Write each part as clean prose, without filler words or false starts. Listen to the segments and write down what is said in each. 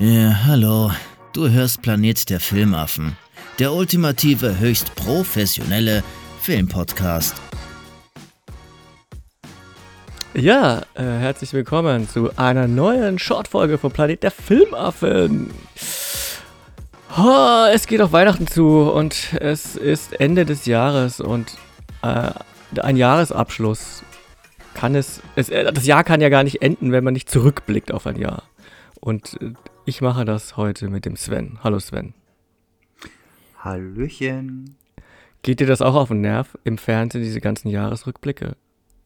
Ja, hallo. Du hörst Planet der Filmaffen. Der ultimative, höchst professionelle Filmpodcast. Ja, herzlich willkommen zu einer neuen Shortfolge von Planet der Filmaffen. Es geht auf Weihnachten zu und es ist Ende des Jahres und ein Jahresabschluss das Jahr kann ja gar nicht enden, wenn man nicht zurückblickt auf ein Jahr. Und ich mache das heute mit dem Sven. Hallo Sven. Hallöchen. Geht dir das auch auf den Nerv im Fernsehen, diese ganzen Jahresrückblicke?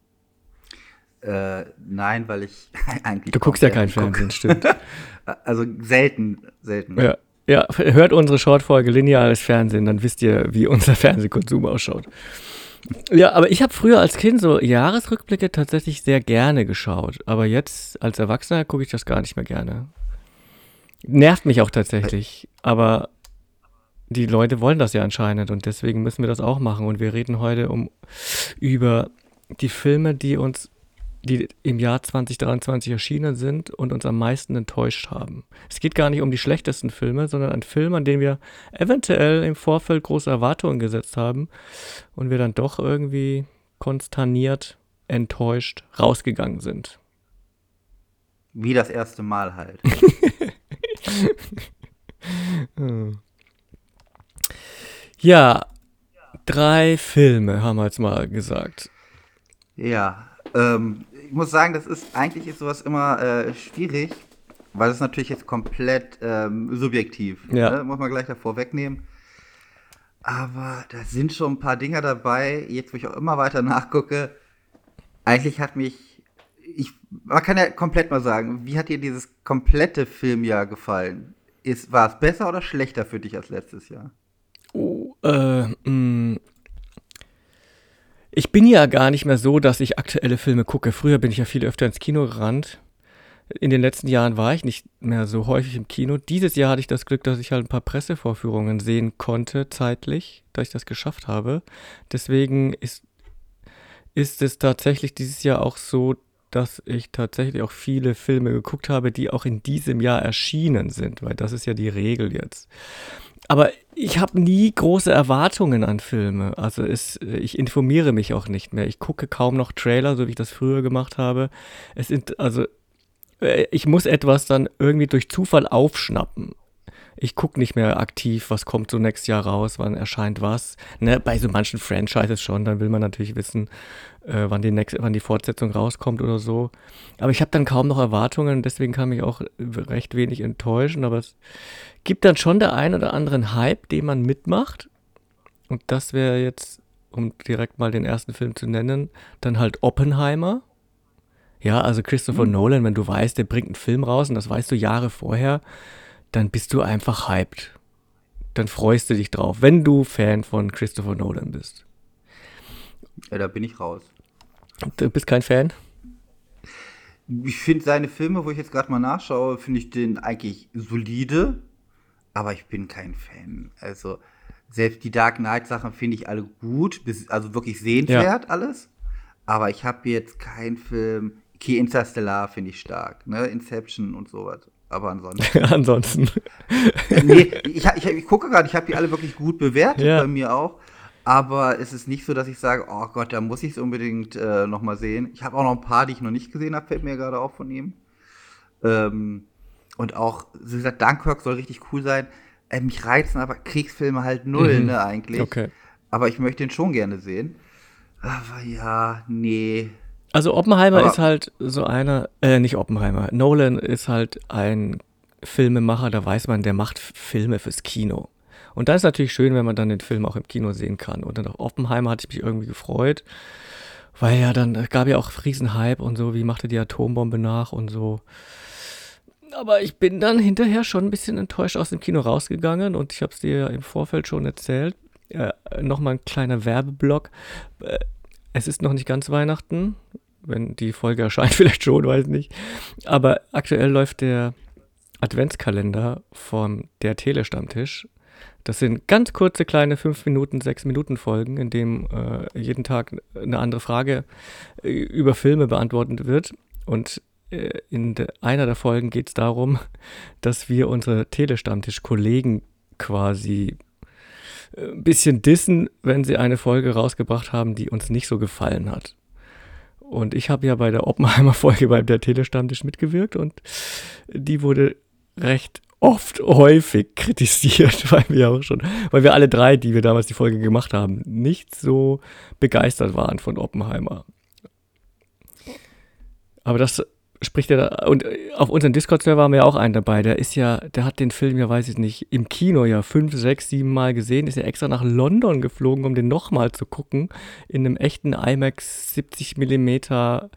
Nein, weil ich eigentlich... Du guckst ja kein Fernsehen, stimmt. Also selten. Ja, hört unsere Shortfolge Lineares Fernsehen, dann wisst ihr, wie unser Fernsehkonsum ausschaut. Ja, aber ich habe früher als Kind so Jahresrückblicke tatsächlich sehr gerne geschaut. Aber jetzt als Erwachsener gucke ich das gar nicht mehr gerne. Nervt mich auch tatsächlich. Aber die Leute wollen das ja anscheinend und deswegen müssen wir das auch machen. Und wir reden heute über die Filme, die im Jahr 2023 erschienen sind und uns am meisten enttäuscht haben. Es geht gar nicht um die schlechtesten Filme, sondern ein Film, an den wir eventuell im Vorfeld große Erwartungen gesetzt haben und wir dann doch irgendwie konsterniert, enttäuscht rausgegangen sind. Wie das erste Mal halt. Ja, 3 Filme haben wir jetzt mal gesagt. Ja, ich muss sagen, eigentlich ist sowas immer schwierig, weil es natürlich jetzt komplett subjektiv, Ja. ne? Muss man gleich davor wegnehmen. Aber da sind schon ein paar Dinger dabei, jetzt wo ich auch immer weiter nachgucke. Eigentlich man kann ja komplett mal sagen, wie hat dir dieses komplette Filmjahr gefallen? War es besser oder schlechter für dich als letztes Jahr? Ich bin ja gar nicht mehr so, dass ich aktuelle Filme gucke. Früher bin ich ja viel öfter ins Kino gerannt. In den letzten Jahren war ich nicht mehr so häufig im Kino. Dieses Jahr hatte ich das Glück, dass ich halt ein paar Pressevorführungen sehen konnte, zeitlich, dass ich das geschafft habe. Deswegen ist es tatsächlich dieses Jahr auch so, dass ich tatsächlich auch viele Filme geguckt habe, die auch in diesem Jahr erschienen sind, weil das ist ja die Regel jetzt. Aber ich habe nie große Erwartungen an Filme. Also ich informiere mich auch nicht mehr. Ich gucke kaum noch Trailer, so wie ich das früher gemacht habe. Ich muss etwas dann irgendwie durch Zufall aufschnappen. Ich gucke nicht mehr aktiv, was kommt so nächstes Jahr raus, wann erscheint was. Ne, bei so manchen Franchises schon, dann will man natürlich wissen, wann die Fortsetzung rauskommt oder so. Aber ich habe dann kaum noch Erwartungen, deswegen kann mich auch recht wenig enttäuschen. Aber es gibt dann schon der ein oder anderen Hype, den man mitmacht. Und das wäre jetzt, um direkt mal den ersten Film zu nennen, dann halt Oppenheimer. Ja, also Christopher Nolan, wenn du weißt, der bringt einen Film raus und das weißt du Jahre vorher, dann bist du einfach hyped. Dann freust du dich drauf, wenn du Fan von Christopher Nolan bist. Ja, da bin ich raus. Du bist kein Fan? Ich finde seine Filme, wo ich jetzt gerade mal nachschaue, finde ich den eigentlich solide, aber ich bin kein Fan. Also selbst die Dark Knight Sachen finde ich alle gut, also wirklich sehenswert alles. Aber ich habe jetzt keinen Film. Okay, Interstellar finde ich stark, ne? Inception und sowas. Aber ansonsten. Nee, ich gucke gerade, ich habe die alle wirklich gut bewertet, bei mir auch. Aber es ist nicht so, dass ich sage, oh Gott, da muss ich es unbedingt noch mal sehen. Ich habe auch noch ein paar, die ich noch nicht gesehen habe, fällt mir gerade auch von ihm. Und auch, wie gesagt, Dunkirk soll richtig cool sein. Mich reizen aber Kriegsfilme halt null, ne, eigentlich. Okay. Aber ich möchte ihn schon gerne sehen. Aber ja, nee. Also Oppenheimer ist halt so einer, nicht Oppenheimer, Nolan ist halt ein Filmemacher, da weiß man, der macht Filme fürs Kino. Und da ist natürlich schön, wenn man dann den Film auch im Kino sehen kann. Und dann auf Oppenheimer hatte ich mich irgendwie gefreut, weil ja dann, es gab ja auch riesen Hype und so, wie macht er die Atombombe nach und so. Aber ich bin dann hinterher schon ein bisschen enttäuscht aus dem Kino rausgegangen und ich habe es dir ja im Vorfeld schon erzählt. Nochmal ein kleiner Werbeblock. Es ist noch nicht ganz Weihnachten, wenn die Folge erscheint, vielleicht schon, weiß nicht. Aber aktuell läuft der Adventskalender von der Telestammtisch. Das sind ganz kurze, kleine 5-Minuten, 6-Minuten-Folgen, in dem jeden Tag eine andere Frage über Filme beantwortet wird. Und einer der Folgen geht es darum, dass wir unsere Telestammtisch-Kollegen quasi ein bisschen dissen, wenn sie eine Folge rausgebracht haben, die uns nicht so gefallen hat. Und ich habe ja bei der Oppenheimer-Folge bei der Telestammtisch mitgewirkt und die wurde recht häufig kritisiert, weil wir alle drei, die wir damals die Folge gemacht haben, nicht so begeistert waren von Oppenheimer. Aber das spricht ja da, und auf unserem Discord-Server haben wir ja auch einen dabei, der hat den Film ja, weiß ich nicht, im Kino ja 5, 6, 7 Mal gesehen, ist ja extra nach London geflogen, um den nochmal zu gucken, in einem echten IMAX 70mm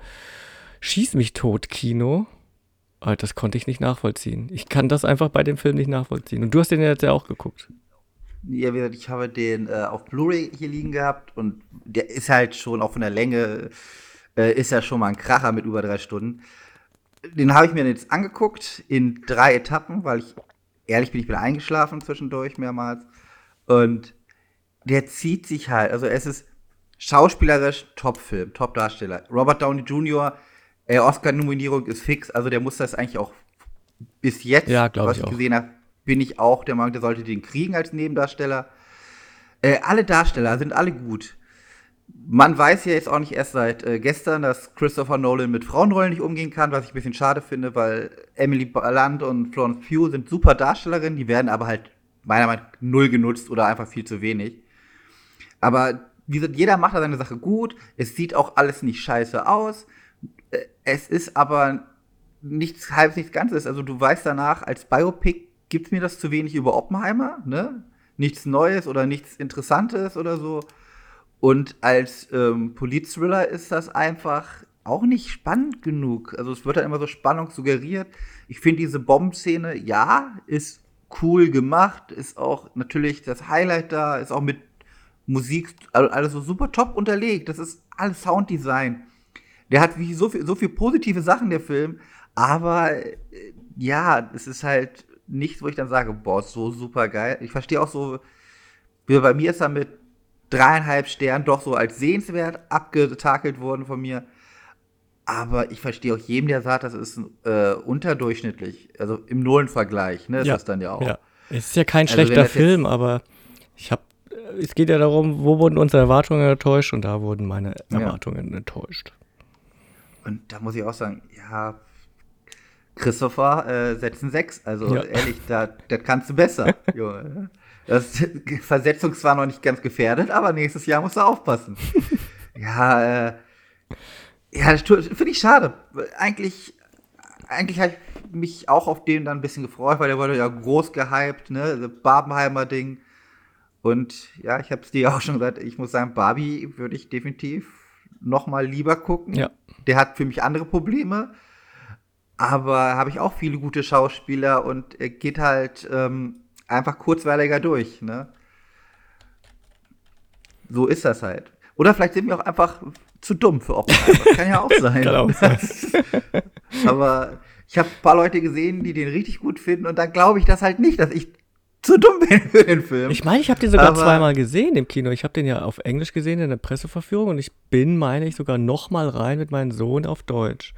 Schieß-mich-tot-Kino. Das konnte ich nicht nachvollziehen. Ich kann das einfach bei dem Film nicht nachvollziehen. Und du hast den jetzt ja auch geguckt. Ja, wie gesagt, ich habe den auf Blu-ray hier liegen gehabt und der ist halt schon, auch von der Länge, ist ja schon mal ein Kracher mit über 3 Stunden. Den habe ich mir jetzt angeguckt in 3 Etappen, weil ich bin eingeschlafen zwischendurch mehrmals. Und der zieht sich halt, also es ist schauspielerisch Top-Film, Top-Darsteller. Robert Downey Jr., Oscar-Nominierung ist fix, also der muss das eigentlich auch bis jetzt, ja, was ich gesehen habe, bin ich auch der Meinung, der sollte den kriegen als Nebendarsteller. Alle Darsteller sind alle gut. Man weiß ja jetzt auch nicht erst seit gestern, dass Christopher Nolan mit Frauenrollen nicht umgehen kann, was ich ein bisschen schade finde, weil Emily Blunt und Florence Pugh sind super Darstellerinnen, die werden aber halt meiner Meinung nach null genutzt oder einfach viel zu wenig. Aber wie gesagt, jeder macht da seine Sache gut, es sieht auch alles nicht scheiße aus, es ist aber nichts halbes, nichts Ganzes. Also du weißt danach, als Biopic gibt's mir das zu wenig über Oppenheimer, ne? Nichts Neues oder nichts Interessantes oder so. Und als Polit-Thriller ist das einfach auch nicht spannend genug. Also es wird dann immer so Spannung suggeriert. Ich finde diese Bombenszene, ja, ist cool gemacht, ist auch natürlich das Highlight da, ist auch mit Musik, also alles so super top unterlegt. Das ist alles Sounddesign. Der hat wie so viel positive Sachen, der Film, aber ja, es ist halt nichts, wo ich dann sage, boah, so super geil. Ich verstehe auch so, wie bei mir ist er mit 3,5 Sternen doch so als sehenswert abgetakelt worden von mir. Aber ich verstehe auch jedem, der sagt, das ist unterdurchschnittlich. Also im Nolan-Vergleich, ne, ist das dann ja auch. Ja. Es ist ja kein schlechter Film, aber es geht ja darum, wo wurden unsere Erwartungen enttäuscht und da wurden meine Erwartungen enttäuscht. Und da muss ich auch sagen, ja, Christopher, setzen 6. Also ehrlich, das kannst du besser. Das Versetzung zwar noch nicht ganz gefährdet, aber nächstes Jahr musst du aufpassen. Das finde ich schade. Eigentlich habe ich mich auch auf den dann ein bisschen gefreut, weil der wurde ja groß gehypt, ne, das Barbenheimer-Ding. Und ja, ich habe es dir auch schon gesagt, ich muss sagen, Barbie würde ich definitiv noch mal lieber gucken. Ja. Der hat für mich andere Probleme, aber habe ich auch viele gute Schauspieler und er geht halt einfach kurzweiliger durch, ne? So ist das halt. Oder vielleicht sind wir auch einfach zu dumm für Oppenheimer. Kann ja auch sein. Kann auch sein. Aber ich habe ein paar Leute gesehen, die den richtig gut finden und dann glaube ich das halt nicht, dass ich zu dumm bin für den Film. Ich meine, ich habe den sogar zweimal gesehen im Kino. Ich habe den ja auf Englisch gesehen in der Presseverführung und ich bin, meine ich, sogar noch mal rein mit meinem Sohn auf Deutsch.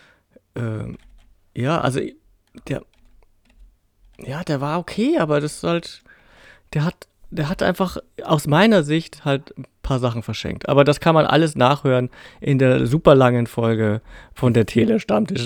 Also der war okay, aber das ist halt, der hat einfach aus meiner Sicht halt ein paar Sachen verschenkt. Aber das kann man alles nachhören in der super langen Folge von der Tele-Stammtisch.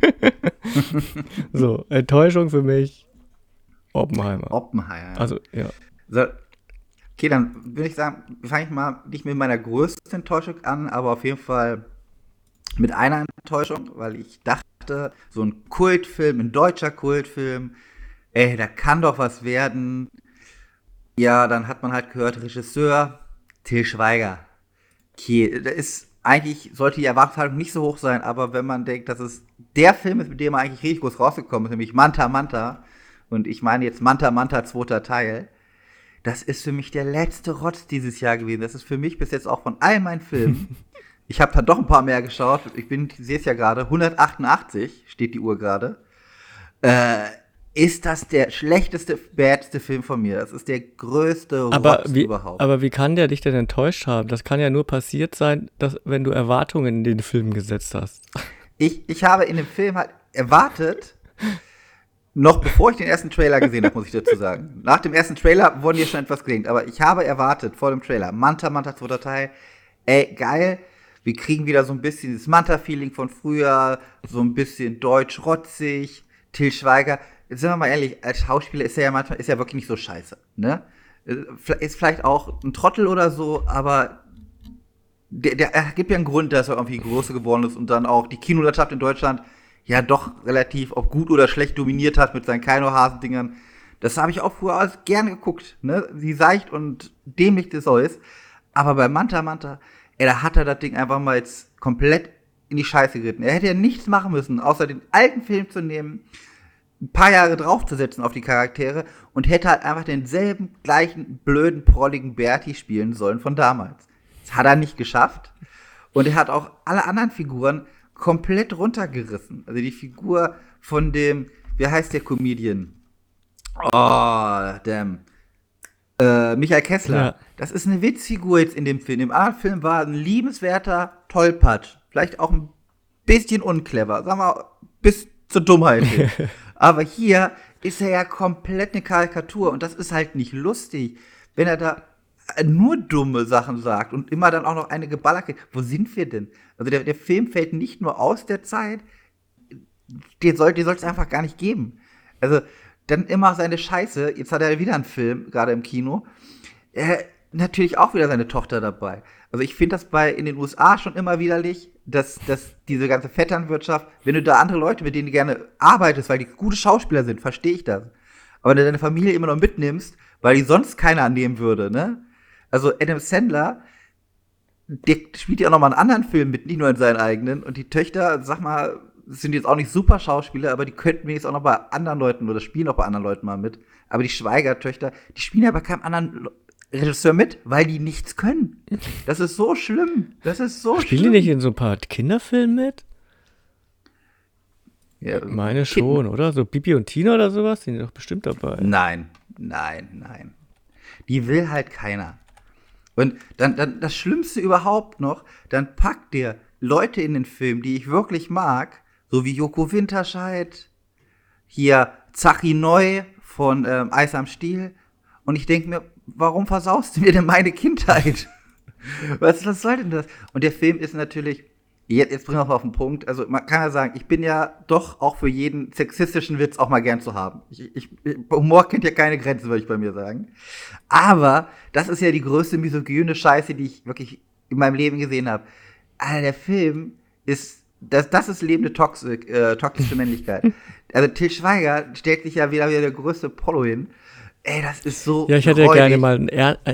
So, Enttäuschung für mich. Oppenheimer. Also, ja. So, okay, dann würde ich sagen, fange ich mal nicht mit meiner größten Enttäuschung an, aber auf jeden Fall mit einer Enttäuschung, weil ich dachte, so ein Kultfilm, ein deutscher Kultfilm, da kann doch was werden. Ja, dann hat man halt gehört, Regisseur Til Schweiger. Okay, sollte die Erwartungshaltung nicht so hoch sein, aber wenn man denkt, dass es der Film ist, mit dem er eigentlich richtig groß rausgekommen ist, nämlich Manta Manta, und ich meine jetzt Manta Manta 2. Teil, das ist für mich der letzte Rotz dieses Jahr gewesen. Das ist für mich bis jetzt auch von all meinen Filmen, ich habe da doch ein paar mehr geschaut, ich sehe es ja gerade, 188 steht die Uhr gerade, ist das der schlechteste, badste Film von mir. Das ist der größte Rotz überhaupt. Aber wie kann der dich denn enttäuscht haben? Das kann ja nur passiert sein, wenn du Erwartungen in den Film gesetzt hast. Ich habe in dem Film halt erwartet, noch bevor ich den ersten Trailer gesehen habe, muss ich dazu sagen. Nach dem ersten Trailer wurden hier schon etwas gelingt, aber ich habe erwartet vor dem Trailer, Manta, zweiter Teil, ey, geil, wir kriegen wieder so ein bisschen das Manta-Feeling von früher, so ein bisschen deutsch-rotzig, Til Schweiger, jetzt sind wir mal ehrlich, als Schauspieler ist er ja manchmal, ist er wirklich nicht so scheiße, ne? Ist vielleicht auch ein Trottel oder so, aber der gibt ja einen Grund, dass er irgendwie Große geworden ist und dann auch die Kinolandschaft in Deutschland ja doch relativ, ob gut oder schlecht, dominiert hat mit seinen Keino-Hasendingern. Das habe ich auch früher alles gerne geguckt, ne? Wie seicht und dämlich das so ist. Aber bei Manta, da hat er das Ding einfach mal jetzt komplett in die Scheiße geritten. Er hätte ja nichts machen müssen, außer den alten Film zu nehmen, ein paar Jahre draufzusetzen auf die Charaktere und hätte halt einfach denselben gleichen blöden, prolligen Berti spielen sollen von damals. Das hat er nicht geschafft. Und er hat auch alle anderen Figuren komplett runtergerissen. Also die Figur von dem, wie heißt der Comedian? Oh, Michael Kessler. Ja. Das ist eine Witzfigur jetzt in dem Film. Im anderen Film war ein liebenswerter Tollpatsch. Vielleicht auch ein bisschen unclever. Sagen wir, bis zur Dummheit hin. Aber hier ist er ja komplett eine Karikatur. Und das ist halt nicht lustig, wenn er da nur dumme Sachen sagt und immer dann auch noch eine geballert. Wo sind wir denn? Also der Film fällt nicht nur aus der Zeit, den soll es einfach gar nicht geben. Also dann immer seine Scheiße. Jetzt hat er wieder einen Film, gerade im Kino. Natürlich auch wieder seine Tochter dabei. Also ich finde das in den USA schon immer widerlich, dass diese ganze Vetternwirtschaft, wenn du da andere Leute, mit denen du gerne arbeitest, weil die gute Schauspieler sind, verstehe ich das. Aber wenn du deine Familie immer noch mitnimmst, weil die sonst keiner annehmen würde, ne? Also Adam Sandler, der spielt ja auch noch mal einen anderen Film mit, nicht nur in seinen eigenen. Und die Töchter, sag mal, sind jetzt auch nicht super Schauspieler, aber die könnten wenigstens auch noch bei anderen Leuten oder spielen auch bei anderen Leuten mal mit. Aber die Schweiger-Töchter, die spielen ja bei keinem anderen Regisseur mit, weil die nichts können. Das ist so schlimm. Spielen die nicht in so ein paar Kinderfilmen mit? Ja, ich meine schon, oder? So Bibi und Tina oder sowas, die sind doch bestimmt dabei. Nein. Die will halt keiner. Und dann das Schlimmste überhaupt noch, dann packt der Leute in den Film, die ich wirklich mag, so wie Joko Winterscheid, hier Zachi Neu von Eis am Stiel. Und ich denke mir, warum versaust du mir denn meine Kindheit? Was soll denn das? Und der Film ist natürlich, jetzt bringen wir es auf den Punkt, also man kann ja sagen, ich bin ja doch auch für jeden sexistischen Witz auch mal gern zu haben. Humor kennt ja keine Grenzen, würde ich bei mir sagen. Aber das ist ja die größte misogyne Scheiße, die ich wirklich in meinem Leben gesehen habe. Alter, der Film ist, das ist lebende toxische Männlichkeit. Also Til Schweiger stellt sich ja wieder der größte Polo hin. Ey, das ist so. Ja, ich hätte ja gerne mal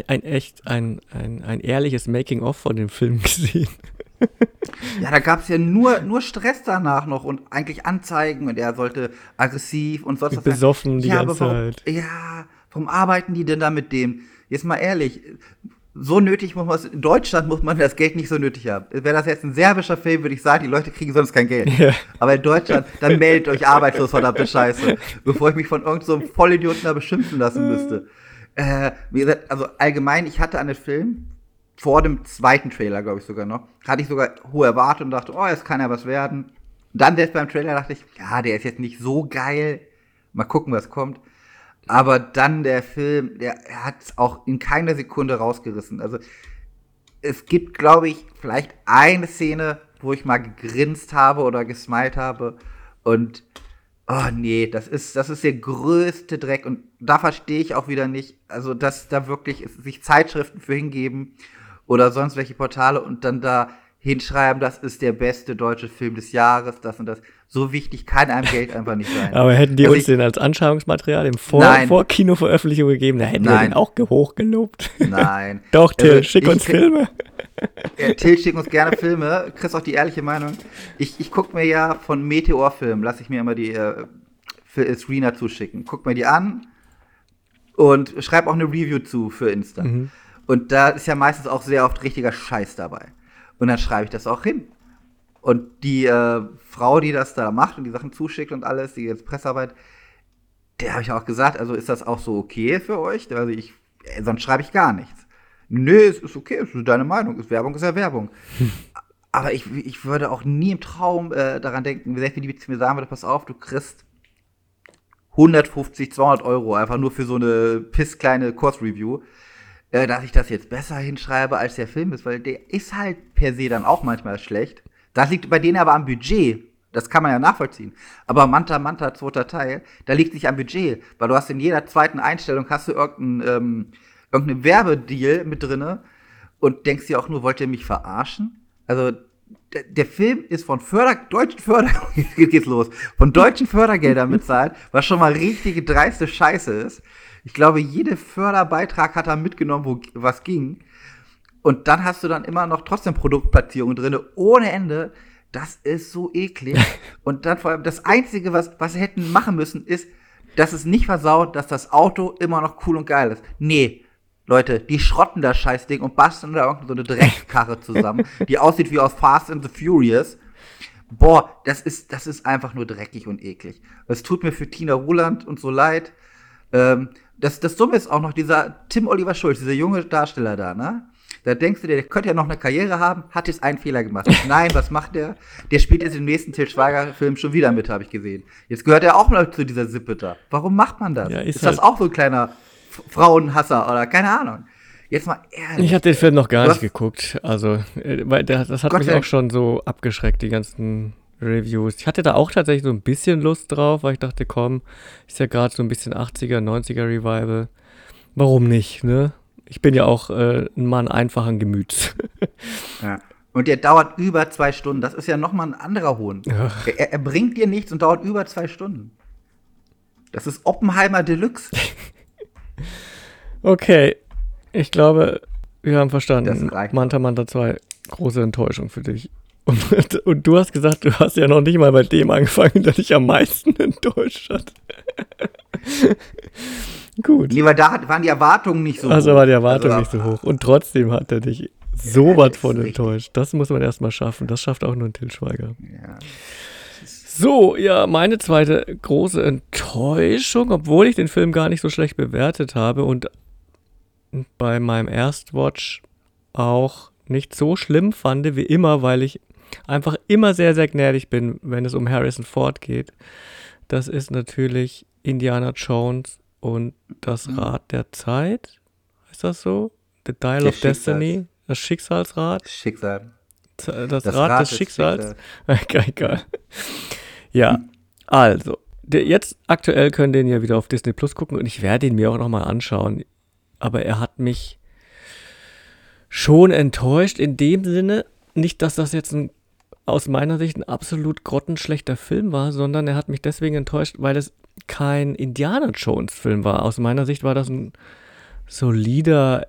ein ehrliches Making-of von dem Film gesehen. Ja, da gab es ja nur Stress danach noch und eigentlich Anzeigen und er sollte aggressiv und sonst was. Besoffen die ganze Zeit. Ja, warum arbeiten die denn da mit dem? Jetzt mal ehrlich, so nötig muss man es, in Deutschland muss man das Geld nicht so nötig haben. Wäre das jetzt ein serbischer Film, würde ich sagen, die Leute kriegen sonst kein Geld. Ja. Aber in Deutschland, dann meldet euch arbeitslos, verdammte Scheiße, bevor ich mich von irgend so einem Vollidioten da beschimpfen lassen müsste. Wie gesagt, also allgemein, ich hatte an den Film, vor dem zweiten Trailer, glaube ich sogar noch, hatte ich sogar hohe Erwartungen und dachte, oh, jetzt kann ja was werden. Dann selbst beim Trailer dachte ich, ja, der ist jetzt nicht so geil. Mal gucken, was kommt. Aber dann der Film, der hat es auch in keiner Sekunde rausgerissen. Also es gibt, glaube ich, vielleicht eine Szene, wo ich mal gegrinst habe oder gesmiled habe. Und, oh nee, das ist der größte Dreck. Und da verstehe ich auch wieder nicht, also dass da wirklich sich Zeitschriften für hingeben oder sonst welche Portale und dann da hinschreiben, das ist der beste deutsche Film des Jahres, das und das. So wichtig kann einem Geld einfach nicht sein. Aber hätten die uns den als Anschauungsmaterial im Vorkinoveröffentlichung gegeben, da hätten wir den auch hochgelobt. Nein. Doch, Till, schick uns Filme. Ja, Till, schick uns gerne Filme. Kriegst auch die ehrliche Meinung. Ich gucke mir ja von Meteor-Filmen, lasse ich mir immer die für Screener zuschicken. Guck mir die an und schreib auch eine Review zu für Insta. Mhm. Und da ist ja meistens auch sehr oft richtiger Scheiß dabei. Und dann schreibe ich das auch hin. Und die Frau, die das da macht und die Sachen zuschickt und alles, die jetzt Pressearbeit, der habe ich auch gesagt, also ist das auch so okay für euch? Also sonst schreibe ich gar nichts. Nee, es ist okay, es ist deine Meinung, Werbung ist ja Werbung. Aber ich würde auch nie im Traum daran denken, selbst wenn die jetzt mir sagen würde, pass auf, du kriegst 150, 200 Euro einfach nur für so eine pisskleine Kurzreview, dass ich das jetzt besser hinschreibe, als der Film ist, weil der ist halt per se dann auch manchmal schlecht. Das liegt bei denen aber am Budget. Das kann man ja nachvollziehen. Aber Manta Manta, zweiter Teil, da liegt nicht am Budget, weil du hast in jeder zweiten Einstellung hast du irgendeinen Werbedeal mit drinne und denkst dir auch nur, wollt ihr mich verarschen? Also der Film ist von deutschen Fördergeldern bezahlt, was schon mal richtige dreiste Scheiße ist. Ich glaube, jeder Förderbeitrag hat er mitgenommen, wo was ging. Und dann hast du dann immer noch trotzdem Produktplatzierungen drin, ohne Ende. Das ist so eklig. Und dann vor allem das Einzige, was sie hätten machen müssen, ist, dass es nicht versaut, dass das Auto immer noch cool und geil ist. Nee, Leute, die schrotten das Scheißding und basteln da irgendeine so eine Dreckskarre zusammen, die aussieht wie aus Fast and the Furious. Boah, das ist einfach nur dreckig und eklig. Es tut mir für Tina Ruland und so leid. Das Dumme ist auch noch dieser Tim Oliver Schulz, dieser junge Darsteller da, ne? Da denkst du dir, der könnte ja noch eine Karriere haben, hat jetzt einen Fehler gemacht. Nein, was macht der? Der spielt jetzt im nächsten Til Schweiger-Film schon wieder mit, habe ich gesehen. Jetzt gehört er auch mal zu dieser Sippe da. Warum macht man das? Ja, ist das auch so ein kleiner Frauenhasser oder keine Ahnung? Jetzt mal ehrlich. Ich habe den Film noch gar nicht geguckt. Also, weil das hat mich auch schon so abgeschreckt, die ganzen Reviews. Ich hatte da auch tatsächlich so ein bisschen Lust drauf, weil ich dachte, komm, ist ja gerade so ein bisschen 80er, 90er Revival. Warum nicht, ne? Ich bin ja auch ein Mann einfachen Gemüts. Ja. Und der dauert über 2 Stunden. Das ist ja nochmal ein anderer Hohn. Er bringt dir nichts und dauert über 2 Stunden. Das ist Oppenheimer Deluxe. Okay, ich glaube, wir haben verstanden. Manta Manta 2, große Enttäuschung für dich. Und du hast gesagt, du hast ja noch nicht mal bei dem angefangen, der dich am meisten enttäuscht hat. Gut. Nee, weil da waren die Erwartungen nicht so hoch. Also war die Erwartung nicht so hoch. Und trotzdem hat er dich so was von enttäuscht. Das muss man erstmal schaffen. Das schafft auch nur ein Til Schweiger. Ja. So, ja, meine zweite große Enttäuschung, obwohl ich den Film gar nicht so schlecht bewertet habe und bei meinem Erstwatch auch nicht so schlimm fand wie immer, weil ich einfach immer sehr, sehr gnädig bin, wenn es um Harrison Ford geht. Das ist natürlich Indiana Jones und das Rad der Zeit. Ist das so? The Dial of Destiny? Das Schicksalsrad? Das Rad des Schicksals? Egal. Ja, also, jetzt aktuell könnt ihr ihn ja wieder auf Disney Plus gucken und ich werde ihn mir auch nochmal anschauen. Aber er hat mich schon enttäuscht in dem Sinne, nicht, dass das jetzt aus meiner Sicht ein absolut grottenschlechter Film war, sondern er hat mich deswegen enttäuscht, weil es kein Indiana Jones Film war. Aus meiner Sicht war das ein solider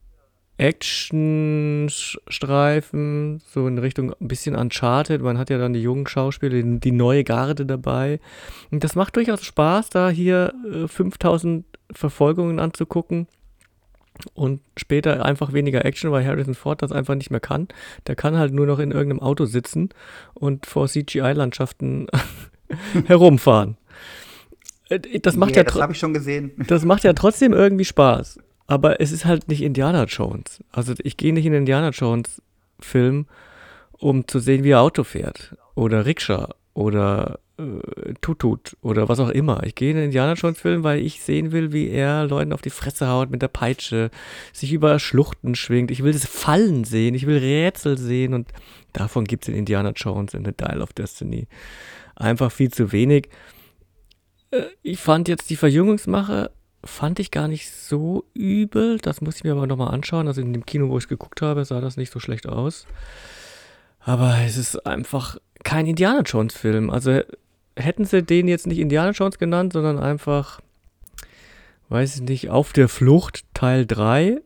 Actionstreifen, so in Richtung ein bisschen Uncharted. Man hat ja dann die jungen Schauspieler, die neue Garde dabei. Und das macht durchaus Spaß, da hier 5000 Verfolgungen anzugucken. Und später einfach weniger Action, weil Harrison Ford das einfach nicht mehr kann. Der kann halt nur noch in irgendeinem Auto sitzen und vor CGI-Landschaften herumfahren. Das habe ich schon gesehen. Das macht ja trotzdem irgendwie Spaß. Aber es ist halt nicht Indiana Jones. Also ich gehe nicht in den Indiana Jones Film, um zu sehen, wie er Auto fährt. Oder Rikscha. Oder Tutut. Oder was auch immer. Ich gehe in den Indiana Jones Film, weil ich sehen will, wie er Leuten auf die Fresse haut mit der Peitsche, sich über Schluchten schwingt. Ich will das Fallen sehen. Ich will Rätsel sehen. Und davon gibt es in Indiana Jones in The Dial of Destiny einfach viel zu wenig. Ich fand jetzt die Verjüngungsmache fand ich gar nicht so übel. Das muss ich mir aber nochmal anschauen. Also in dem Kino, wo ich es geguckt habe, sah das nicht so schlecht aus. Aber es ist einfach kein Indiana Jones Film. Also hätten sie den jetzt nicht Indiana Jones genannt, sondern einfach, weiß ich nicht, Auf der Flucht Teil 3,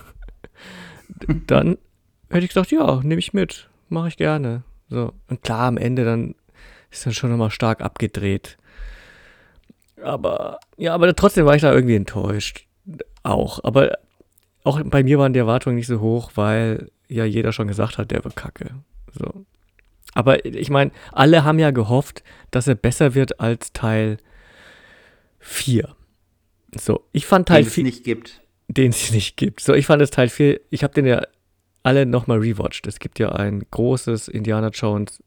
dann hätte ich gesagt, ja, nehme ich mit. Mache ich gerne. So. Und klar, am Ende dann ist dann schon nochmal stark abgedreht. Aber trotzdem war ich da irgendwie enttäuscht. Auch. Aber auch bei mir waren die Erwartungen nicht so hoch, weil ja jeder schon gesagt hat, der wird kacke. So. Aber ich meine, alle haben ja gehofft, dass er besser wird als Teil 4. So, ich fand Teil 4. Den es nicht gibt. So, ich fand es Teil 4, ich habe den ja alle nochmal rewatcht. Es gibt ja eine große Indiana Jones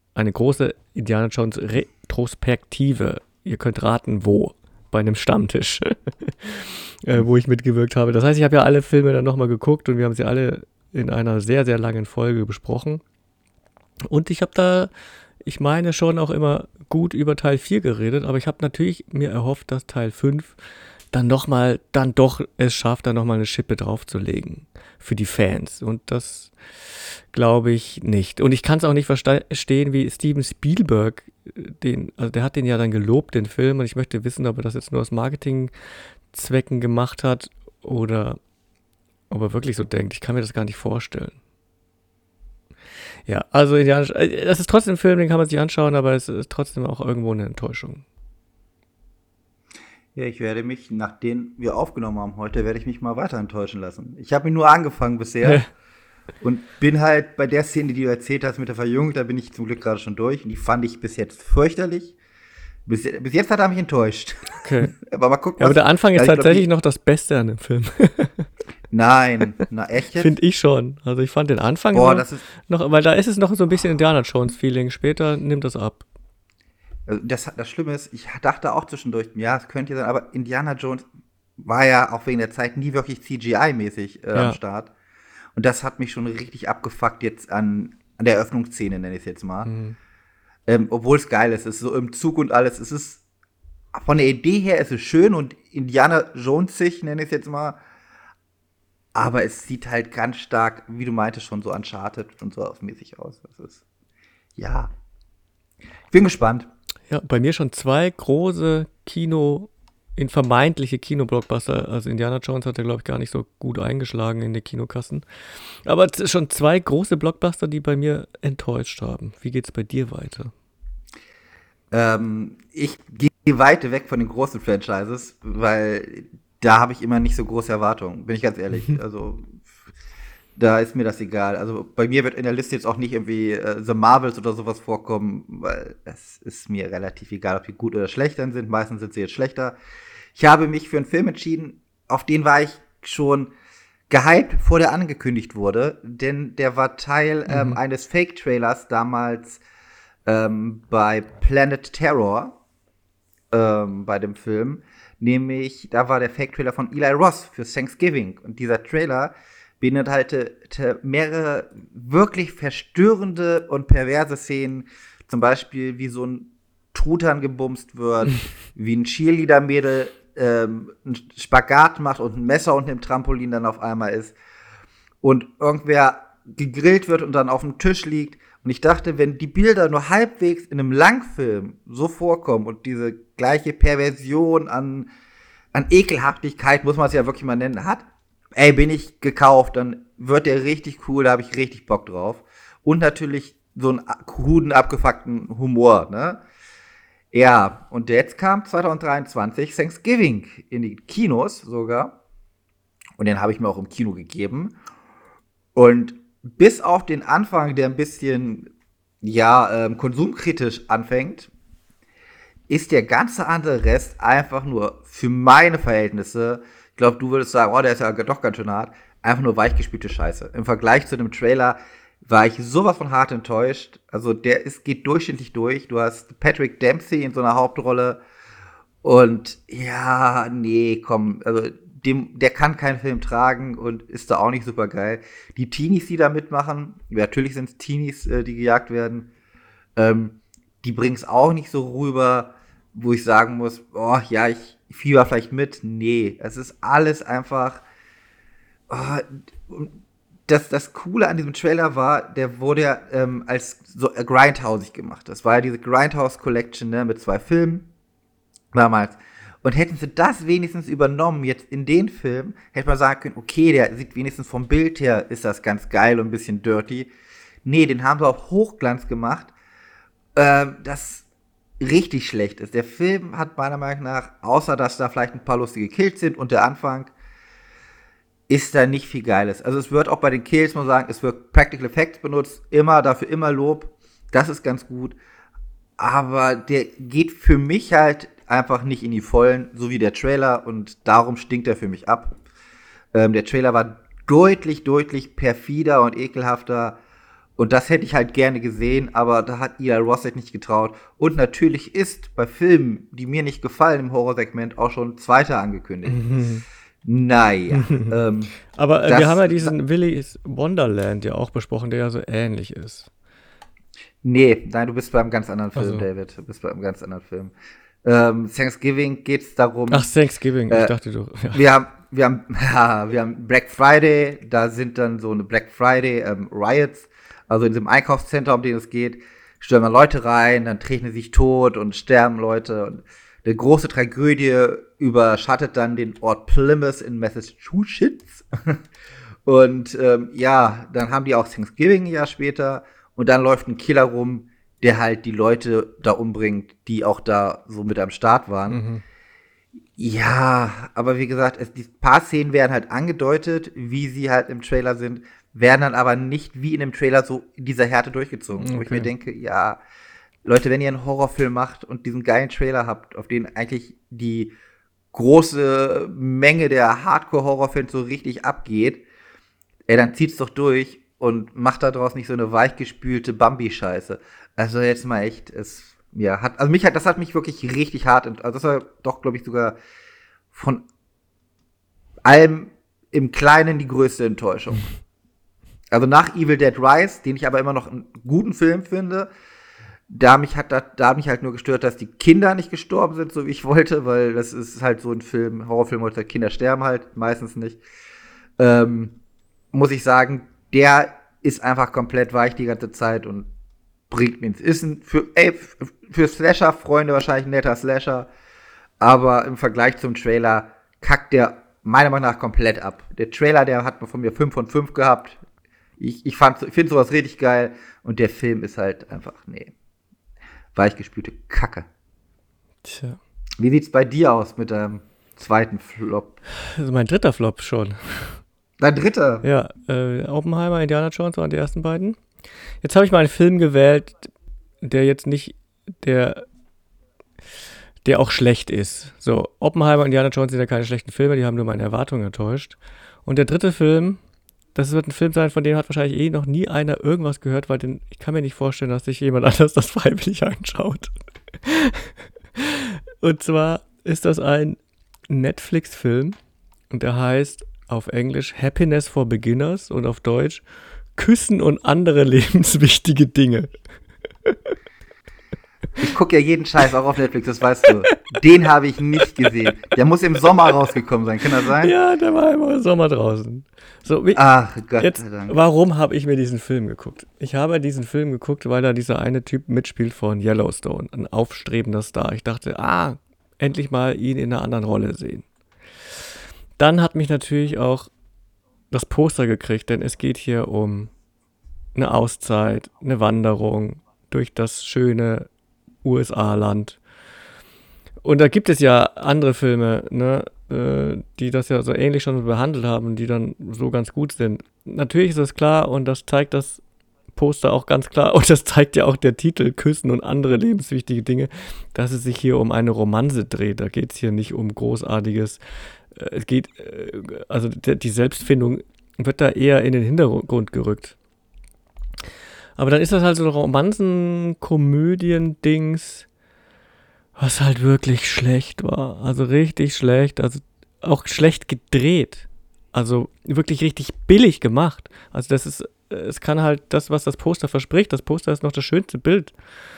Retrospektive. Ihr könnt raten, wo. Bei einem Stammtisch, wo ich mitgewirkt habe. Das heißt, ich habe ja alle Filme dann nochmal geguckt und wir haben sie alle in einer sehr, sehr langen Folge besprochen. Und ich habe da, ich meine, schon auch immer gut über Teil 4 geredet, aber ich habe natürlich mir erhofft, dass Teil 5 dann doch es schafft, da nochmal eine Schippe draufzulegen für die Fans. Und das glaube ich nicht. Und ich kann es auch nicht verstehen, wie Steven Spielberg der hat den ja dann gelobt, den Film, und ich möchte wissen, ob er das jetzt nur aus Marketingzwecken gemacht hat oder ob er wirklich so denkt. Ich kann mir das gar nicht vorstellen. Ja, also das ist trotzdem ein Film, den kann man sich anschauen, aber es ist trotzdem auch irgendwo eine Enttäuschung. Ja, ich werde mich, nachdem wir aufgenommen haben heute, werde ich mich mal weiter enttäuschen lassen. Ich habe ihn nur angefangen bisher und bin halt bei der Szene, die du erzählt hast mit der Verjüngung, da bin ich zum Glück gerade schon durch und die fand ich bis jetzt fürchterlich. Bis jetzt hat er mich enttäuscht. Okay. Aber mal gucken. Ja, aber der Anfang ist tatsächlich noch das Beste an dem Film. Nein, na echt jetzt? Finde ich schon. Also ich fand den Anfang noch, weil da ist es noch so ein bisschen Indiana Jones Feeling. Später nimmt das ab. Also das Schlimme ist, ich dachte auch zwischendurch, ja, es könnte ja sein, aber Indiana Jones war ja auch wegen der Zeit nie wirklich CGI-mäßig am Start. Und das hat mich schon richtig abgefuckt jetzt an der Eröffnungsszene, nenne ich es jetzt mal. Mhm. Obwohl es geil ist. Es ist so im Zug und alles. Es ist, von der Idee her ist es schön und Indiana Jones-sig, nenne ich es jetzt mal. Aber es sieht halt ganz stark, wie du meintest, schon so Uncharted und so mäßig aus. Das ist, ja. Ich bin gespannt. Ja, bei mir schon 2 große vermeintliche Kinoblockbuster. Also Indiana Jones hat ja, glaube ich, gar nicht so gut eingeschlagen in die Kinokassen. Aber es ist schon 2 große Blockbuster, die bei mir enttäuscht haben. Wie geht's bei dir weiter? Ich gehe weit weg von den großen Franchises, weil da habe ich immer nicht so große Erwartungen, bin ich ganz ehrlich. Also da ist mir das egal. Also bei mir wird in der Liste jetzt auch nicht irgendwie The Marvels oder sowas vorkommen, weil es ist mir relativ egal, ob die gut oder schlecht dann sind. Meistens sind sie jetzt schlechter. Ich habe mich für einen Film entschieden, auf den war ich schon gehypt, bevor der angekündigt wurde, denn der war Teil eines Fake-Trailers damals bei Planet Terror, bei dem Film. Nämlich, da war der Fake-Trailer von Eli Roth für Thanksgiving. Und dieser Trailer beinhaltete mehrere wirklich verstörende und perverse Szenen. Zum Beispiel, wie so ein Truthahn gebumst wird, wie ein Cheerleader-Mädel einen Spagat macht und ein Messer unter dem Trampolin dann auf einmal ist. Und irgendwer gegrillt wird und dann auf dem Tisch liegt. Und ich dachte, wenn die Bilder nur halbwegs in einem Langfilm so vorkommen und diese gleiche Perversion an Ekelhaftigkeit, muss man es ja wirklich mal nennen, hat, bin ich gekauft, dann wird der richtig cool, da habe ich richtig Bock drauf. Und natürlich so einen kruden, abgefuckten Humor, ne? Ja, und jetzt kam 2023 Thanksgiving in die Kinos sogar. Und den habe ich mir auch im Kino gegeben. Und bis auf den Anfang, der ein bisschen, konsumkritisch anfängt, ist der ganze andere Rest einfach nur für meine Verhältnisse, ich glaube, du würdest sagen, oh, der ist ja doch ganz schön hart, einfach nur weichgespülte Scheiße. Im Vergleich zu dem Trailer war ich sowas von hart enttäuscht. Also geht durchschnittlich durch. Du hast Patrick Dempsey in so einer Hauptrolle und ja, nee, komm, also der kann keinen Film tragen und ist da auch nicht super geil. Die Teenies, die da mitmachen, natürlich sind es Teenies, die gejagt werden, die bringen es auch nicht so rüber, wo ich sagen muss, oh ja, ich fieber vielleicht mit. Nee, es ist alles einfach. Das Coole an diesem Trailer war, der wurde ja als so grindhousig gemacht. Das war ja diese Grindhouse Collection, ne, mit 2 Filmen damals. Und hätten sie das wenigstens übernommen, jetzt in den Film, hätte man sagen können, okay, der sieht wenigstens vom Bild her, ist das ganz geil und ein bisschen dirty. Nee, den haben sie auf Hochglanz gemacht, das richtig schlecht ist. Der Film hat meiner Meinung nach, außer dass da vielleicht ein paar lustige Kills sind und der Anfang, ist da nicht viel Geiles. Also es wird auch bei den Kills, muss man sagen, es wird Practical Effects benutzt, dafür immer Lob, das ist ganz gut. Aber der geht für mich halt einfach nicht in die Vollen, so wie der Trailer, und darum stinkt er für mich ab. Der Trailer war deutlich, deutlich perfider und ekelhafter. Und das hätte ich halt gerne gesehen, aber da hat Eli Roth sich nicht getraut. Und natürlich ist bei Filmen, die mir nicht gefallen im Horrorsegment, auch schon ein zweiter angekündigt. Naja. Aber wir haben ja diesen Willy's Wonderland ja auch besprochen, der ja so ähnlich ist. Nein, du bist beim ganz anderen Film, Also. David. Du bist beim ganz anderen Film. Thanksgiving geht's darum. Ach, Thanksgiving, ich dachte du. Ja. Wir haben Black Friday, da sind dann so eine Black Friday Riots, also in diesem Einkaufscenter, um den es geht, stürmen dann Leute rein, dann treten sie sich tot und sterben Leute. Und eine große Tragödie überschattet dann den Ort Plymouth in Massachusetts. Und dann haben die auch Thanksgiving ein Jahr später und dann läuft ein Killer rum, der halt die Leute da umbringt, die auch da so mit am Start waren. Mhm. Ja, aber wie gesagt, die paar Szenen werden halt angedeutet, wie sie halt im Trailer sind, werden dann aber nicht wie in dem Trailer so in dieser Härte durchgezogen. Okay. Wo ich mir denke, ja, Leute, wenn ihr einen Horrorfilm macht und diesen geilen Trailer habt, auf den eigentlich die große Menge der Hardcore-Horrorfans so richtig abgeht, dann zieht's doch durch und macht daraus nicht so eine weichgespülte Bambi-Scheiße. Also jetzt mal echt, das hat mich wirklich richtig hart, also das war doch, glaube ich, sogar von allem im Kleinen die größte Enttäuschung. Also nach Evil Dead Rise, den ich aber immer noch einen guten Film finde, da hat mich halt nur gestört, dass die Kinder nicht gestorben sind, so wie ich wollte, weil das ist halt so ein Film, Horrorfilm, wo Kinder sterben halt, meistens nicht. Muss ich sagen, der ist einfach komplett weich die ganze Zeit und bringt mir ins Essen. Für Slasher-Freunde wahrscheinlich ein netter Slasher, aber im Vergleich zum Trailer kackt der meiner Meinung nach komplett ab. Der Trailer, der hat von mir 5 von 5 gehabt. Ich finde sowas richtig geil und der Film ist halt einfach, weichgespülte Kacke. Tja. Wie sieht's bei dir aus mit deinem zweiten Flop? Das ist mein dritter Flop schon. Dein dritter? Ja, Oppenheimer, Indiana Jones waren die ersten beiden. Jetzt habe ich mal einen Film gewählt, der jetzt nicht, der auch schlecht ist. So, Oppenheimer und Indiana Jones sind ja keine schlechten Filme, die haben nur meine Erwartungen enttäuscht. Und der dritte Film, das wird ein Film sein, von dem hat wahrscheinlich noch nie einer irgendwas gehört, weil ich kann mir nicht vorstellen, dass sich jemand anders das freiwillig anschaut. Und zwar ist das ein Netflix-Film und der heißt auf Englisch Happiness for Beginners und auf Deutsch Küssen und andere lebenswichtige Dinge. Ich gucke ja jeden Scheiß auch auf Netflix, das weißt du. Den habe ich nicht gesehen. Der muss im Sommer rausgekommen sein, kann das sein? Ja, der war immer im Sommer draußen. So, Ach Gott jetzt, sei Dank. warum habe ich mir diesen Film geguckt? Ich habe diesen Film geguckt, weil da dieser eine Typ mitspielt von Yellowstone, ein aufstrebender Star. Ich dachte, endlich mal ihn in einer anderen Rolle sehen. Dann hat mich natürlich auch das Poster gekriegt, denn es geht hier um eine Auszeit, eine Wanderung durch das schöne USA-Land. Und da gibt es ja andere Filme, ne, die das ja so ähnlich schon behandelt haben, die dann so ganz gut sind. Natürlich ist das klar und das zeigt das Poster auch ganz klar und das zeigt ja auch der Titel Küssen und andere lebenswichtige Dinge, dass es sich hier um eine Romanze dreht. Da geht es hier nicht um großartiges, es geht, also die Selbstfindung wird da eher in den Hintergrund gerückt. Aber dann ist das halt so ein Romanzen-Komödien-Dings, was halt wirklich schlecht war. Also richtig schlecht, also auch schlecht gedreht. Also wirklich richtig billig gemacht. Also es kann halt das, was das Poster verspricht, das Poster ist noch das schönste Bild,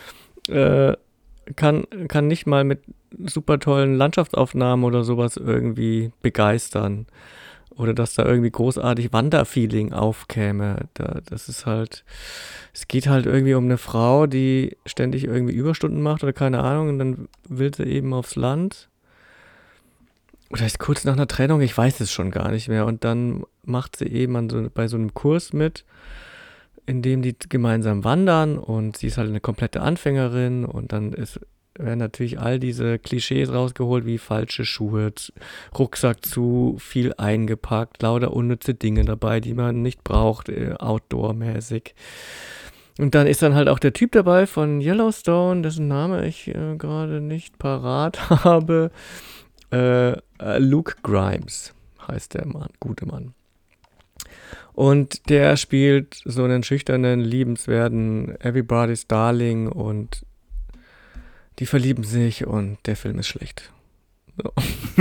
kann nicht mal mit super tollen Landschaftsaufnahmen oder sowas irgendwie begeistern. Oder dass da irgendwie großartig Wanderfeeling aufkäme. Das ist halt, es geht halt irgendwie um eine Frau, die ständig irgendwie Überstunden macht oder keine Ahnung und dann will sie eben aufs Land. Oder ist kurz nach einer Trennung, ich weiß es schon gar nicht mehr. Und dann macht sie eben bei so einem Kurs mit, in dem die gemeinsam wandern und sie ist halt eine komplette Anfängerin und dann werden natürlich all diese Klischees rausgeholt, wie falsche Schuhe, Rucksack zu viel eingepackt, lauter unnütze Dinge dabei, die man nicht braucht, outdoor-mäßig. Und dann ist dann halt auch der Typ dabei von Yellowstone, dessen Name ich gerade nicht parat habe. Luke Grimes heißt der Mann, gute Mann. Und der spielt so einen schüchternen, liebenswerten Everybody's Darling und die verlieben sich und der Film ist schlecht. So.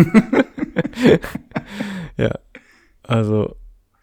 Ja, also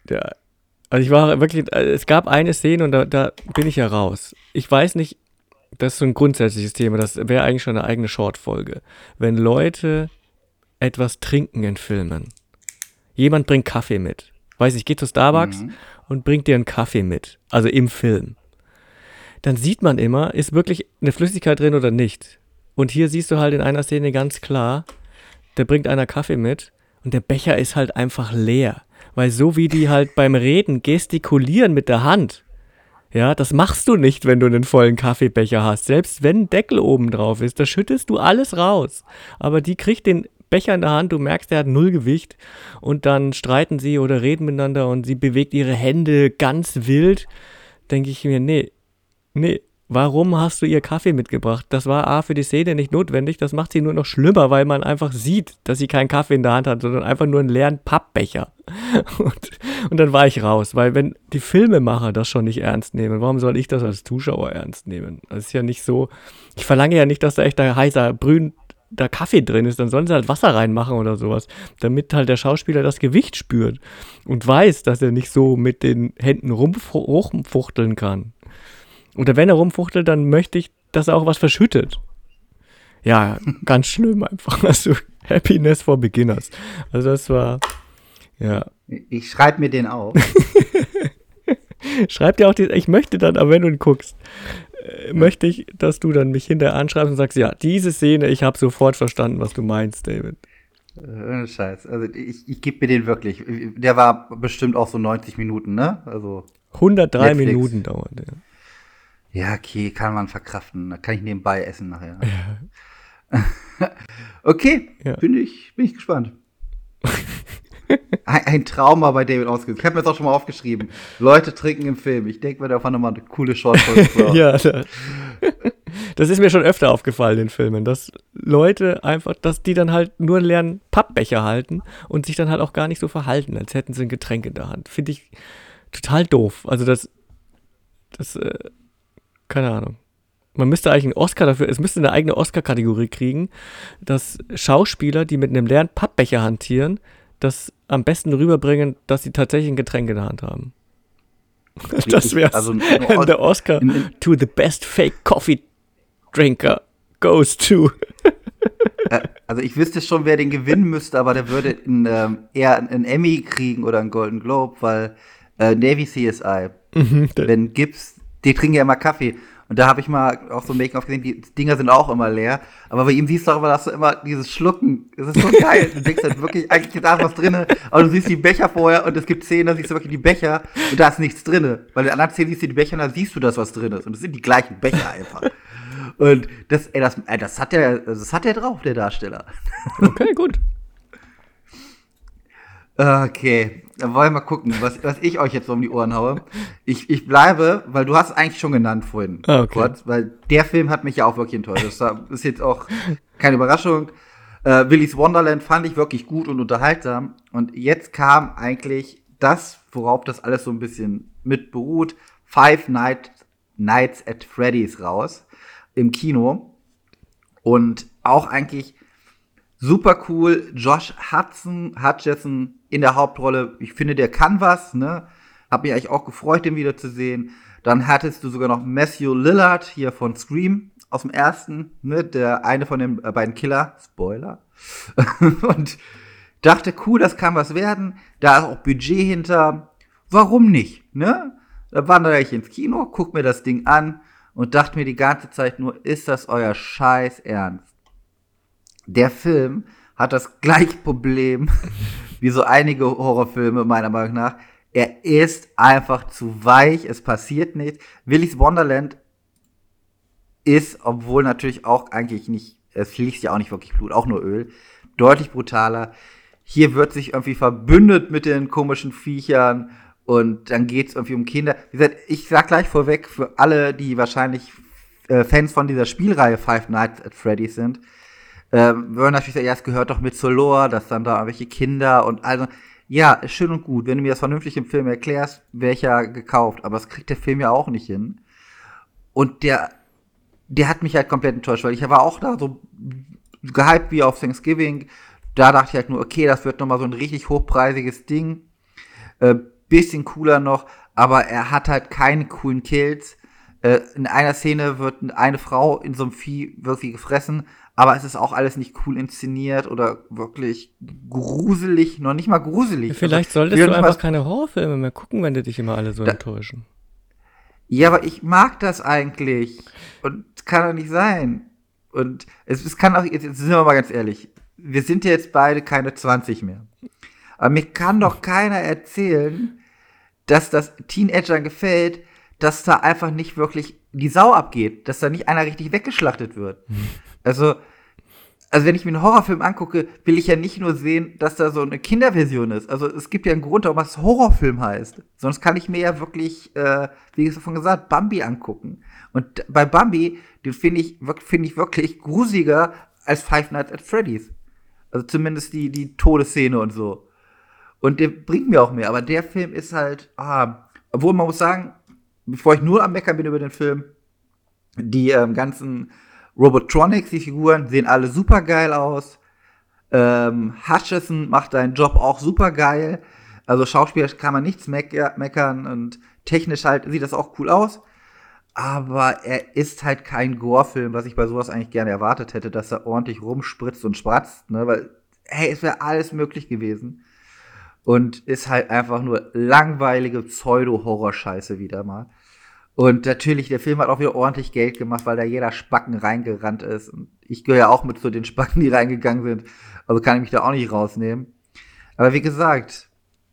ich war wirklich, es gab eine Szene und da bin ich ja raus. Ich weiß nicht, das ist so ein grundsätzliches Thema, das wäre eigentlich schon eine eigene Short-Folge. Wenn Leute etwas trinken in Filmen. Jemand bringt Kaffee mit. Weiß ich, geht zu Starbucks und bringt dir einen Kaffee mit. Also im Film. Dann sieht man immer, ist wirklich eine Flüssigkeit drin oder nicht. Und hier siehst du halt in einer Szene ganz klar, da bringt einer Kaffee mit und der Becher ist halt einfach leer. Weil so wie die halt beim Reden gestikulieren mit der Hand, ja, das machst du nicht, wenn du einen vollen Kaffeebecher hast. Selbst wenn ein Deckel oben drauf ist, da schüttest du alles raus. Aber die kriegt den Becher in der Hand, du merkst, der hat 0 Gewicht und dann streiten sie oder reden miteinander und sie bewegt ihre Hände ganz wild. Denke ich mir, nee, warum hast du ihr Kaffee mitgebracht? Das war für die Szene nicht notwendig, das macht sie nur noch schlimmer, weil man einfach sieht, dass sie keinen Kaffee in der Hand hat, sondern einfach nur einen leeren Pappbecher. Und dann war ich raus, weil wenn die Filmemacher das schon nicht ernst nehmen, warum soll ich das als Zuschauer ernst nehmen? Das ist ja nicht so, ich verlange ja nicht, dass da echt ein heißer, brühender Kaffee drin ist, dann sollen sie halt Wasser reinmachen oder sowas, damit halt der Schauspieler das Gewicht spürt und weiß, dass er nicht so mit den Händen rumfuchteln kann. Oder wenn er rumfuchtelt, dann möchte ich, dass er auch was verschüttet. Ja, ganz schlimm einfach. Also Happiness for Beginners. Also das war, ja. Ich schreibe mir den auf. Schreib dir auch ich möchte dann, aber wenn du ihn guckst, möchte ich, dass du dann mich hinterher anschreibst und sagst, ja, diese Szene, ich habe sofort verstanden, was du meinst, David. Scheiß. Also ich gebe mir den wirklich. Der war bestimmt auch so 90 Minuten, ne? Also 103 Netflix. Minuten dauert der. Ja, okay, kann man verkraften. Da kann ich nebenbei essen nachher. Ja. Okay, Ja. bin ich gespannt. Ein Trauma bei David ausgesucht. Ich habe mir das auch schon mal aufgeschrieben. Leute trinken im Film. Ich denke, wir davon nochmal eine coole Short-Folge. Ja, das ist mir schon öfter aufgefallen in Filmen, dass Leute einfach, dass die dann halt nur einen leeren Pappbecher halten und sich dann halt auch gar nicht so verhalten, als hätten sie ein Getränk in der Hand. Finde ich total doof. Also keine Ahnung. Man müsste eigentlich einen Oscar dafür, es müsste eine eigene Oscar-Kategorie kriegen, dass Schauspieler, die mit einem leeren Pappbecher hantieren, das am besten rüberbringen, dass sie tatsächlich ein Getränk in der Hand haben. Das wäre also der Oscar to the best fake coffee drinker goes to. Also ich wüsste schon, wer den gewinnen müsste, aber der würde eher einen Emmy kriegen oder einen Golden Globe, weil Navy CSI, wenn Gibbs, die trinken ja immer Kaffee. Und da habe ich mal auch so ein Making-of gesehen, die Dinger sind auch immer leer. Aber bei ihm siehst du auch immer, dass du immer dieses Schlucken, das ist so geil. Du denkst halt wirklich, eigentlich ist da was drin, aber du siehst die Becher vorher und es gibt Szenen, da siehst du wirklich die Becher und da ist nichts drin. Weil in den anderen Szenen siehst du die Becher und da siehst du das, was drin ist. Und es sind die gleichen Becher einfach. Und das hat der drauf, der Darsteller. Okay, gut. Okay, dann wollen wir mal gucken, was ich euch jetzt so um die Ohren haue. Ich bleibe, weil du hast es eigentlich schon genannt vorhin, kurz, weil der Film hat mich ja auch wirklich enttäuscht. Das ist jetzt auch keine Überraschung. Willy's Wonderland fand ich wirklich gut und unterhaltsam. Und jetzt kam eigentlich das, worauf das alles so ein bisschen mit beruht, Five Nights at Freddy's raus im Kino. Und auch eigentlich super cool. Josh Hutcherson in der Hauptrolle. Ich finde, der kann was, ne? Hab mich eigentlich auch gefreut, den wiederzusehen. Dann hattest du sogar noch Matthew Lillard hier von Scream aus dem ersten, ne? Der eine von den beiden Killer. Spoiler. Und dachte, cool, das kann was werden. Da ist auch Budget hinter. Warum nicht, ne? Da wandere ich ins Kino, guck mir das Ding an und dachte mir die ganze Zeit nur, ist das euer Scheiß Ernst? Der Film hat das gleiche Problem wie so einige Horrorfilme, meiner Meinung nach. Er ist einfach zu weich, es passiert nichts. Willy's Wonderland ist, obwohl natürlich auch eigentlich nicht, es fließt ja auch nicht wirklich Blut, auch nur Öl, deutlich brutaler. Hier wird sich irgendwie verbündet mit den komischen Viechern und dann geht's irgendwie um Kinder. Wie gesagt, ich sag gleich vorweg, für alle, die wahrscheinlich Fans von dieser Spielreihe Five Nights at Freddy's sind, würden natürlich sagen, ja, es gehört doch mit zur Lore, dass dann da irgendwelche Kinder und also, Ja, ist schön und gut. Wenn du mir das vernünftig im Film erklärst, wäre ich ja gekauft. Aber das kriegt der Film ja auch nicht hin. Und der hat mich halt komplett enttäuscht, weil ich war auch da so gehypt wie auf Thanksgiving. Da dachte ich halt nur, okay, das wird nochmal so ein richtig hochpreisiges Ding. Bisschen cooler noch, aber er hat halt keine coolen Kills. In einer Szene wird eine Frau in so einem Vieh wirklich gefressen, aber es ist auch alles nicht cool inszeniert oder wirklich gruselig, noch nicht mal gruselig. Vielleicht solltest du einfach keine Horrorfilme mehr gucken, wenn die dich immer alle so enttäuschen. Ja, aber ich mag das eigentlich. Und kann doch nicht sein. Und es kann auch, jetzt sind wir mal ganz ehrlich, wir sind ja jetzt beide keine 20 mehr. Aber mir kann doch keiner erzählen, dass das Teenagern gefällt, dass da einfach nicht wirklich die Sau abgeht, dass da nicht einer richtig weggeschlachtet wird. Also wenn ich mir einen Horrorfilm angucke, will ich ja nicht nur sehen, dass da so eine Kinderversion ist. Also es gibt ja einen Grund, warum es Horrorfilm heißt. Sonst kann ich mir ja wirklich, wie ich schon gesagt, Bambi angucken. Und bei Bambi, den finde ich wirklich gruseliger als Five Nights at Freddy's. Also zumindest die Todesszene und so. Und der bringt mir auch mehr. Aber der Film ist halt, obwohl man muss sagen, bevor ich nur am Meckern bin über den Film, die ganzen Robotronics, die Figuren, sehen alle super geil aus. Hutchison macht seinen Job auch super geil. Also Schauspieler kann man nichts meckern und technisch halt sieht das auch cool aus. Aber er ist halt kein Gore-Film, was ich bei sowas eigentlich gerne erwartet hätte, dass er ordentlich rumspritzt und spratzt, ne? Weil, hey, es wäre alles möglich gewesen. Und ist halt einfach nur langweilige Pseudo-Horror-Scheiße wieder mal. Und natürlich, der Film hat auch wieder ordentlich Geld gemacht, weil da jeder Spacken reingerannt ist. Und ich gehöre ja auch mit zu den Spacken, die reingegangen sind. Also kann ich mich da auch nicht rausnehmen. Aber wie gesagt,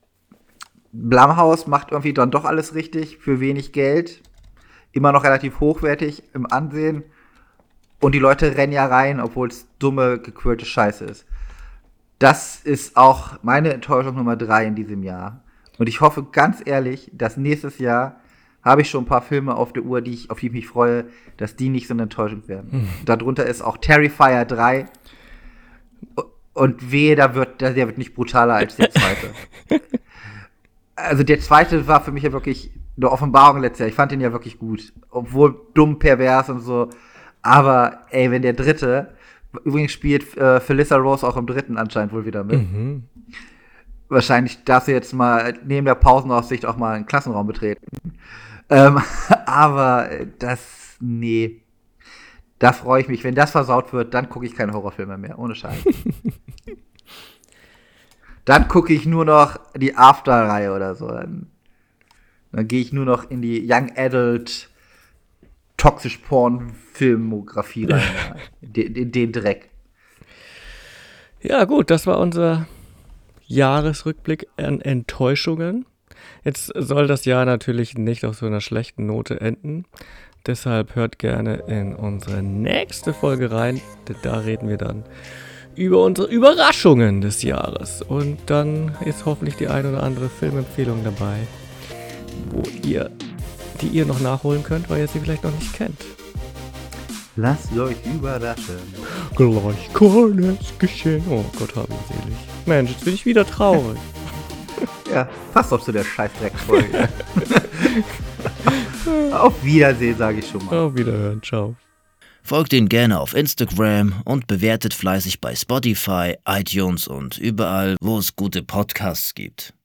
Blumhouse macht irgendwie dann doch alles richtig für wenig Geld. Immer noch relativ hochwertig im Ansehen. Und die Leute rennen ja rein, obwohl es dumme, gequirlte Scheiße ist. Das ist auch meine Enttäuschung Nummer 3 in diesem Jahr. Und ich hoffe ganz ehrlich, dass nächstes Jahr habe ich schon ein paar Filme auf der Uhr, auf die ich mich freue, dass die nicht so eine Enttäuschung werden. Darunter ist auch Terrifier 3. Und wehe, der wird nicht brutaler als der zweite. Also der zweite war für mich ja wirklich eine Offenbarung letztes Jahr. Ich fand den ja wirklich gut. Obwohl dumm, pervers und so. Aber ey, wenn der dritte, übrigens spielt Felissa Rose auch im dritten anscheinend wohl wieder mit. Wahrscheinlich darfst du jetzt mal neben der Pausenaufsicht auch mal einen Klassenraum betreten. Aber nee. Da freue ich mich. Wenn das versaut wird, dann gucke ich keine Horrorfilme mehr. Ohne Scheiß. Dann gucke ich nur noch die After-Reihe oder so. Dann gehe ich nur noch in die Young Adult toxisch Porn-Filmografie rein. Den Dreck. Ja, gut, das war unser Jahresrückblick an Enttäuschungen. Jetzt soll das Jahr natürlich nicht auf so einer schlechten Note enden. Deshalb hört gerne in unsere nächste Folge rein, denn da reden wir dann über unsere Überraschungen des Jahres. Und dann ist hoffentlich die ein oder andere Filmempfehlung dabei, die ihr noch nachholen könnt, weil ihr sie vielleicht noch nicht kennt. Lasst euch überraschen. Gleich kann es geschehen. Oh Gott, hab ich selig. Mensch, jetzt bin ich wieder traurig. Ja, passt doch zu der Scheißdrecksfolge. Auf Wiedersehen, sage ich schon mal. Auf Wiederhören, ciao. Folgt ihn gerne auf Instagram und bewertet fleißig bei Spotify, iTunes und überall, wo es gute Podcasts gibt.